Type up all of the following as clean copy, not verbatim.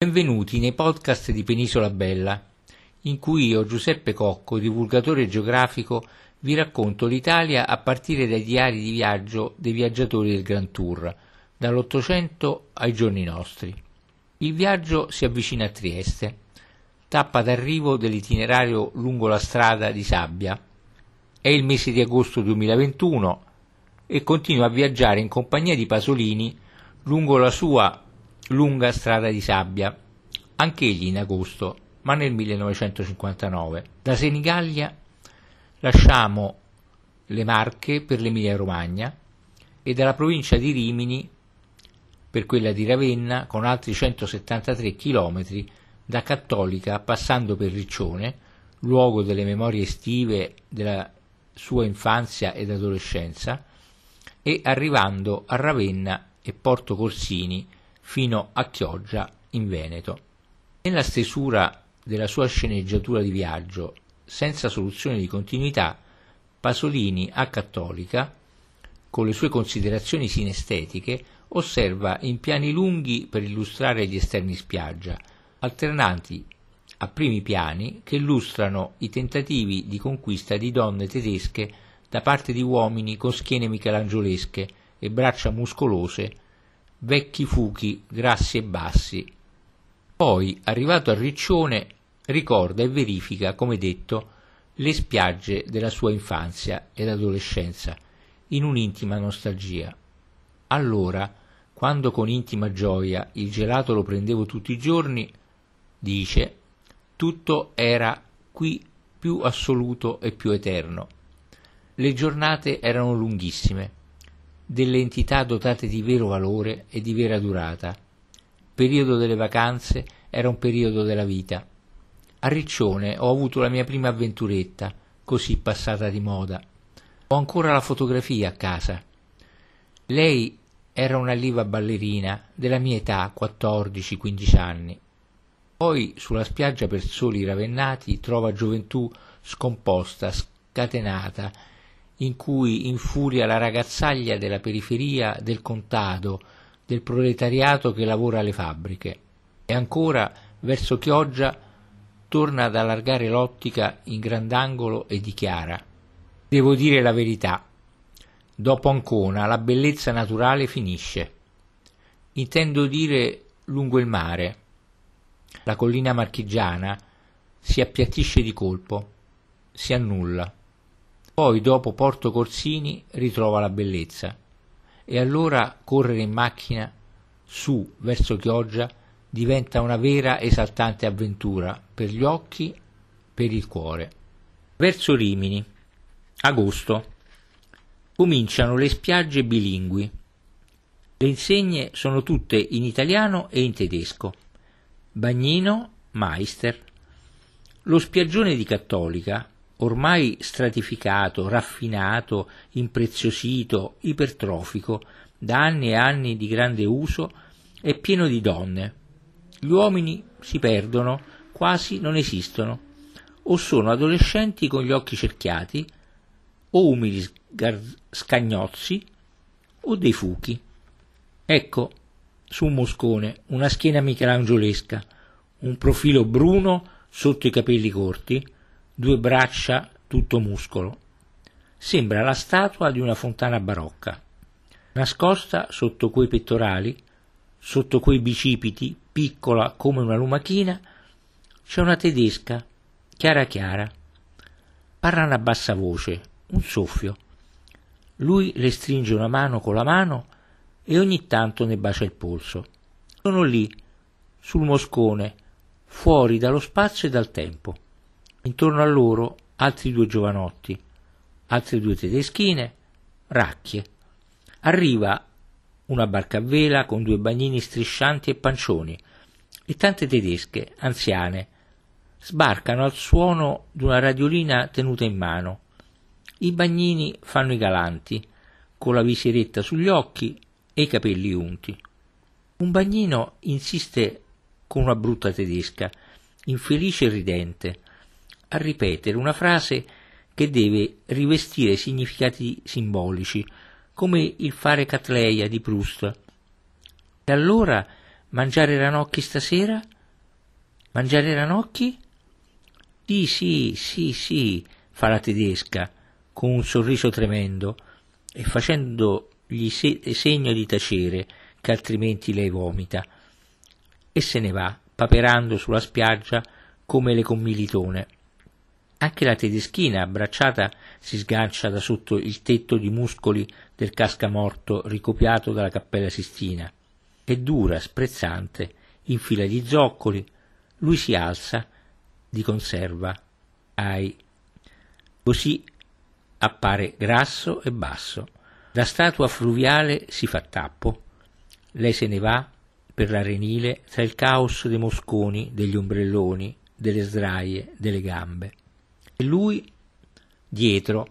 Benvenuti nei podcast di Penisola Bella, in cui io, Giuseppe Cocco, divulgatore geografico, vi racconto l'Italia a partire dai diari di viaggio dei viaggiatori del Grand Tour, dall'Ottocento ai giorni nostri. Il viaggio si avvicina a Trieste, tappa d'arrivo dell'itinerario lungo la strada di sabbia. È il mese di agosto 2021 e continua a viaggiare in compagnia di Pasolini lungo la sua lunga strada di sabbia, anch'egli in agosto, ma nel 1959. Da Senigallia lasciamo le Marche per l'Emilia-Romagna e dalla provincia di Rimini per quella di Ravenna con altri 173 chilometri da Cattolica, passando per Riccione, luogo delle memorie estive della sua infanzia ed adolescenza, e arrivando a Ravenna e Porto Corsini fino a Chioggia in Veneto. Nella stesura della sua sceneggiatura di viaggio, senza soluzione di continuità, Pasolini a Cattolica, con le sue considerazioni sinestetiche, osserva in piani lunghi per illustrare gli esterni spiaggia, alternati a primi piani che illustrano i tentativi di conquista di donne tedesche da parte di uomini con schiene michelangiolesche e braccia muscolose, vecchi fuchi grassi e bassi. Poi, arrivato a Riccione, ricorda e verifica, come detto, le spiagge della sua infanzia ed adolescenza, in un'intima nostalgia. Allora, quando con intima gioia il gelato lo prendevo tutti i giorni, dice, tutto era qui più assoluto e più eterno. Le giornate erano lunghissime, delle entità dotate di vero valore e di vera durata. Periodo delle vacanze era un periodo della vita. A Riccione ho avuto la mia prima avventuretta, così passata di moda. Ho ancora la fotografia a casa. Lei era una liva ballerina della mia età, 14-15 anni. Poi sulla spiaggia per soli ravennati trova gioventù scomposta, scatenata, in cui infuria la ragazzaglia della periferia del contado, del proletariato che lavora alle fabbriche. E ancora, verso Chioggia, torna ad allargare l'ottica in grandangolo e dichiara: devo dire la verità, dopo Ancona la bellezza naturale finisce. Intendo dire lungo il mare. La collina marchigiana si appiattisce di colpo, si annulla. Poi dopo Porto Corsini ritrova la bellezza e allora correre in macchina su verso Chioggia diventa una vera esaltante avventura per gli occhi, per il cuore. Verso Rimini, agosto, cominciano le spiagge bilingui. Le insegne sono tutte in italiano e in tedesco. Bagnino, Meister. Lo spiaggione di Cattolica, ormai stratificato, raffinato, impreziosito, ipertrofico, da anni e anni di grande uso, è pieno di donne. Gli uomini si perdono, quasi non esistono, o sono adolescenti con gli occhi cerchiati, o umili scagnozzi, o dei fuchi. Ecco, su un moscone, una schiena michelangiolesca, un profilo bruno sotto i capelli corti, 2 braccia tutto muscolo. Sembra la statua di una fontana barocca. Nascosta sotto quei pettorali, sotto quei bicipiti, piccola come una lumachina, c'è una tedesca, chiara chiara. Parlano a bassa voce, un soffio. Lui le stringe una mano con la mano e ogni tanto ne bacia il polso. Sono lì, sul moscone, fuori dallo spazio e dal tempo. Intorno a loro altri 2 giovanotti, altre 2 tedeschine, racchie. Arriva una barca a vela con 2 bagnini striscianti e pancioni e tante tedesche, anziane, sbarcano al suono di una radiolina tenuta in mano. I bagnini fanno i galanti, con la visieretta sugli occhi e i capelli unti. Un bagnino insiste con una brutta tedesca, infelice e ridente, a ripetere una frase che deve rivestire significati simbolici, come il fare Catleia di Proust. E allora Mangiare ranocchi stasera? Mangiare ranocchi? Sì, fa la tedesca, con un sorriso tremendo e facendogli segno di tacere, che altrimenti lei vomita. E se ne va, paperando sulla spiaggia come le commilitone. Anche la tedeschina, abbracciata, si sgancia da sotto il tetto di muscoli del cascamorto ricopiato dalla Cappella Sistina. È dura, sprezzante, infila gli zoccoli, lui si alza, di conserva, così appare grasso e basso. Da statua fluviale si fa tappo. Lei se ne va per l'arenile tra il caos dei mosconi, degli ombrelloni, delle sdraie, delle gambe. E lui dietro,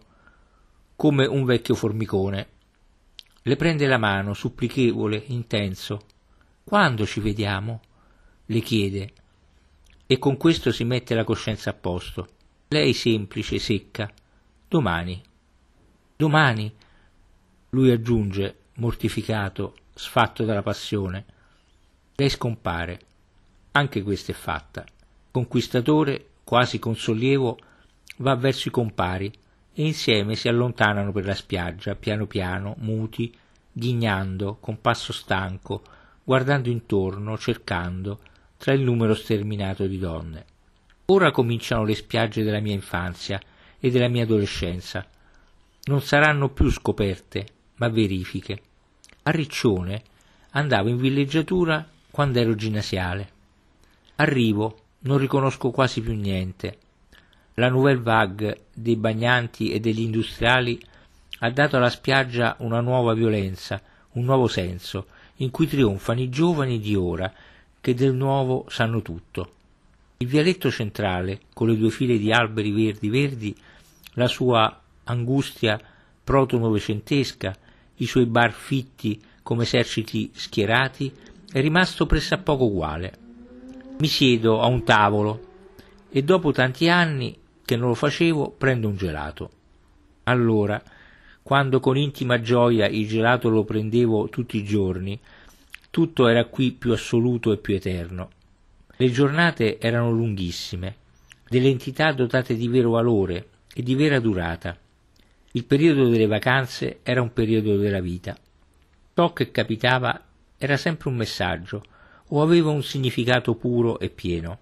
come un vecchio formicone. Le prende la mano, supplichevole, intenso. «Quando ci vediamo?» le chiede, e con questo si mette la coscienza a posto. Lei semplice, secca. «Domani». «Domani?» lui aggiunge, mortificato, sfatto dalla passione. Lei scompare. Anche questa è fatta. Conquistatore, quasi con sollievo, va verso i compari e insieme si allontanano per la spiaggia, piano piano, muti, ghignando, con passo stanco, guardando intorno, cercando, tra il numero sterminato di donne. Ora cominciano le spiagge della mia infanzia e della mia adolescenza. Non saranno più scoperte, ma verifiche. A Riccione andavo in villeggiatura quando ero ginnasiale. Arrivo, non riconosco quasi più niente. La nouvelle vague dei bagnanti e degli industriali ha dato alla spiaggia una nuova violenza, un nuovo senso, in cui trionfano i giovani di ora, che del nuovo sanno tutto. Il vialetto centrale, con le 2 file di alberi verdi, la sua angustia proto-novecentesca, i suoi bar fitti come eserciti schierati, è rimasto pressappoco uguale. Mi siedo a un tavolo e dopo tanti anni che non lo facevo prendo un gelato. Allora, quando con intima gioia il gelato lo prendevo tutti i giorni, tutto era qui più assoluto e più eterno. Le giornate erano lunghissime, delle entità dotate di vero valore e di vera durata. Il periodo delle vacanze era un periodo della vita. Ciò che capitava era sempre un messaggio o aveva un significato puro e pieno.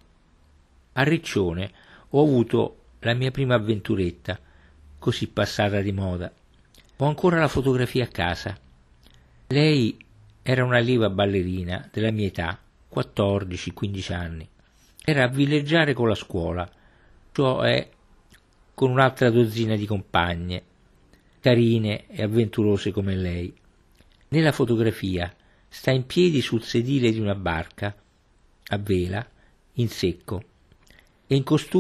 A Riccione ho avuto la mia prima avventuretta, così passata di moda. Ho ancora la fotografia a casa. Lei era una lieva ballerina della mia età, 14-15 anni. Era a villeggiare con la scuola, cioè con un'altra dozzina di compagne, carine e avventurose come lei. Nella fotografia sta in piedi sul sedile di una barca, a vela, in secco, e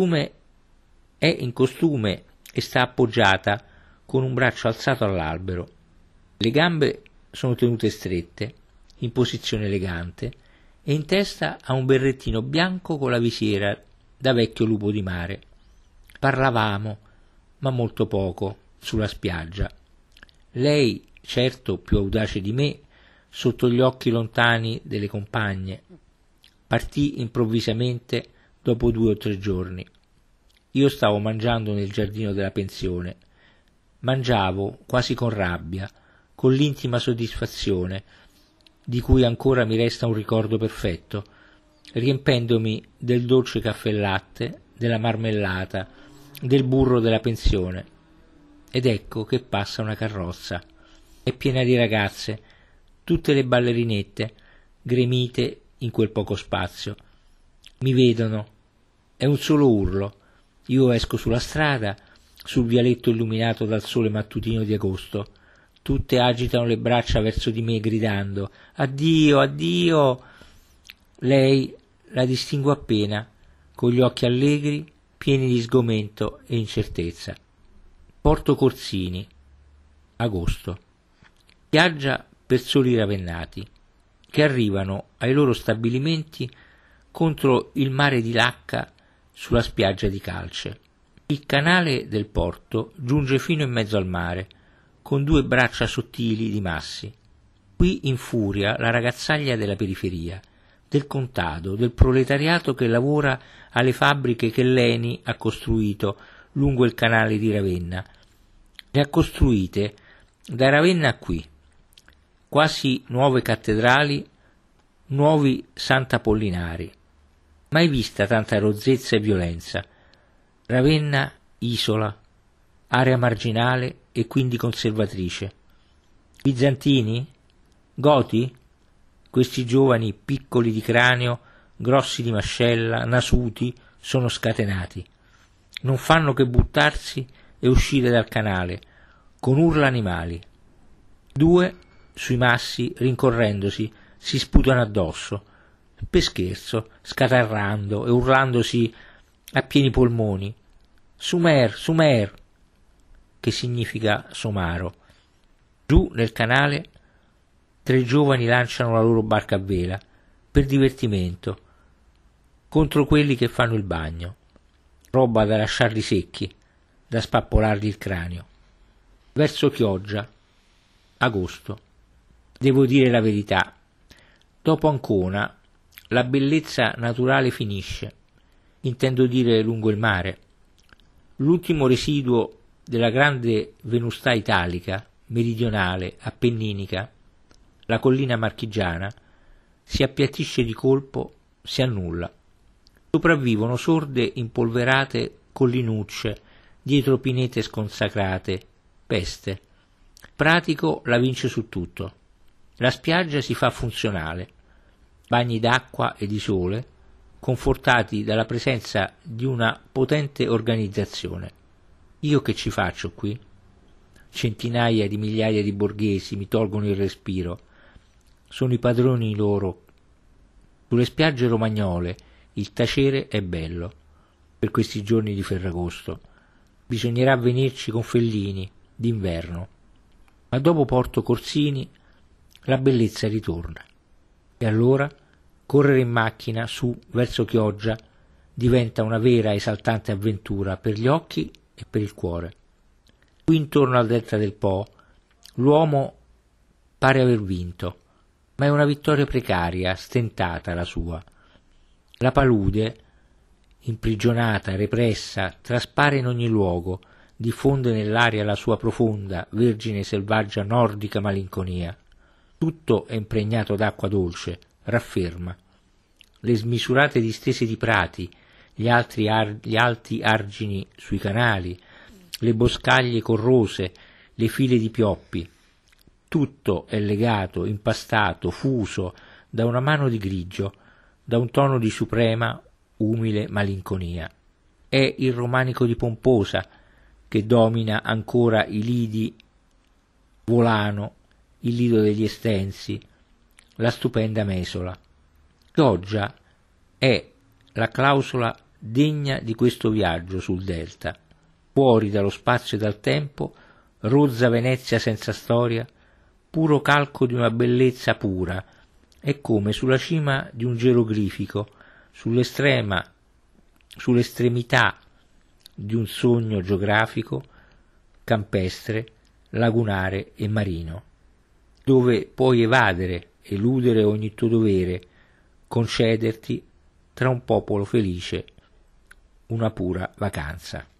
è in costume e sta appoggiata con un braccio alzato all'albero. Le gambe sono tenute strette, in posizione elegante, e in testa ha un berrettino bianco con la visiera da vecchio lupo di mare. Parlavamo, ma molto poco, sulla spiaggia. Lei, certo più audace di me, sotto gli occhi lontani delle compagne. Partì improvvisamente dopo 2 o 3 giorni. Io stavo mangiando nel giardino della pensione. Mangiavo quasi con rabbia, con l'intima soddisfazione, di cui ancora mi resta un ricordo perfetto, riempendomi del dolce caffè e latte, della marmellata, del burro della pensione. Ed ecco che passa una carrozza. È piena di ragazze, tutte le ballerinette, gremite in quel poco spazio. Mi vedono. È un solo urlo. Io esco sulla strada, sul vialetto illuminato dal sole mattutino di agosto. Tutte agitano le braccia verso di me gridando «Addio, addio!». Lei la distingo appena, con gli occhi allegri, pieni di sgomento e incertezza. Porto Corsini, agosto. Spiaggia per soli ravennati, che arrivano ai loro stabilimenti contro il mare di Lacca sulla spiaggia di Calce. Il canale del porto giunge fino in mezzo al mare, con 2 braccia sottili di massi. Qui infuria la ragazzaglia della periferia, del contado, del proletariato che lavora alle fabbriche che l'ENI ha costruito lungo il canale di Ravenna. Le ha costruite da Ravenna a qui, quasi nuove cattedrali, nuovi Sant'Apollinari. Mai vista tanta rozzezza e violenza. Ravenna isola, area marginale e quindi conservatrice. Bizantini? Goti? Questi giovani piccoli di cranio, grossi di mascella, nasuti, sono scatenati. Non fanno che buttarsi e uscire dal canale, con urla animali. Due, sui massi, rincorrendosi, si sputano addosso, per scherzo, scatarrando e urlandosi a pieni polmoni. Sumer, Sumer, che significa somaro. Giù nel canale 3 giovani lanciano la loro barca a vela, per divertimento, contro quelli che fanno il bagno. Roba da lasciarli secchi, da spappolargli il cranio. Verso Chioggia, agosto. Devo dire la verità. Dopo Ancona, la bellezza naturale finisce, intendo dire lungo il mare. L'ultimo residuo della grande venustà italica, meridionale, appenninica, la collina marchigiana, si appiattisce di colpo, si annulla. Sopravvivono sorde impolverate collinucce, dietro pinete sconsacrate, peste. Pratico la vince su tutto. La spiaggia si fa funzionale. Bagni d'acqua e di sole, confortati dalla presenza di una potente organizzazione. Io che ci faccio qui? Centinaia di migliaia di borghesi mi tolgono il respiro. Sono i padroni loro. Sulle spiagge romagnole il tacere è bello. Per questi giorni di Ferragosto bisognerà venirci con Fellini d'inverno. Ma dopo Porto Corsini la bellezza ritorna. E allora correre in macchina su verso Chioggia diventa una vera esaltante avventura per gli occhi e per il cuore. Qui intorno al delta del Po l'uomo pare aver vinto, ma è una vittoria precaria, stentata la sua. La palude, imprigionata, repressa, traspare in ogni luogo, diffonde nell'aria la sua profonda, vergine selvaggia nordica malinconia. Tutto è impregnato d'acqua dolce, rafferma. Le smisurate distese di prati, gli alti argini sui canali, le boscaglie corrose, le file di pioppi. Tutto è legato, impastato, fuso da una mano di grigio, da un tono di suprema, umile malinconia. È il romanico di Pomposa che domina ancora i lidi Volano, il lido degli Estensi, la stupenda Mesola. Chioggia è la clausola degna di questo viaggio sul delta. Fuori dallo spazio e dal tempo, rozza Venezia senza storia, puro calco di una bellezza pura, è come sulla cima di un geroglifico, sull'estremità di un sogno geografico, campestre, lagunare e marino, dove puoi evadere, eludere ogni tuo dovere, concederti tra un popolo felice una pura vacanza.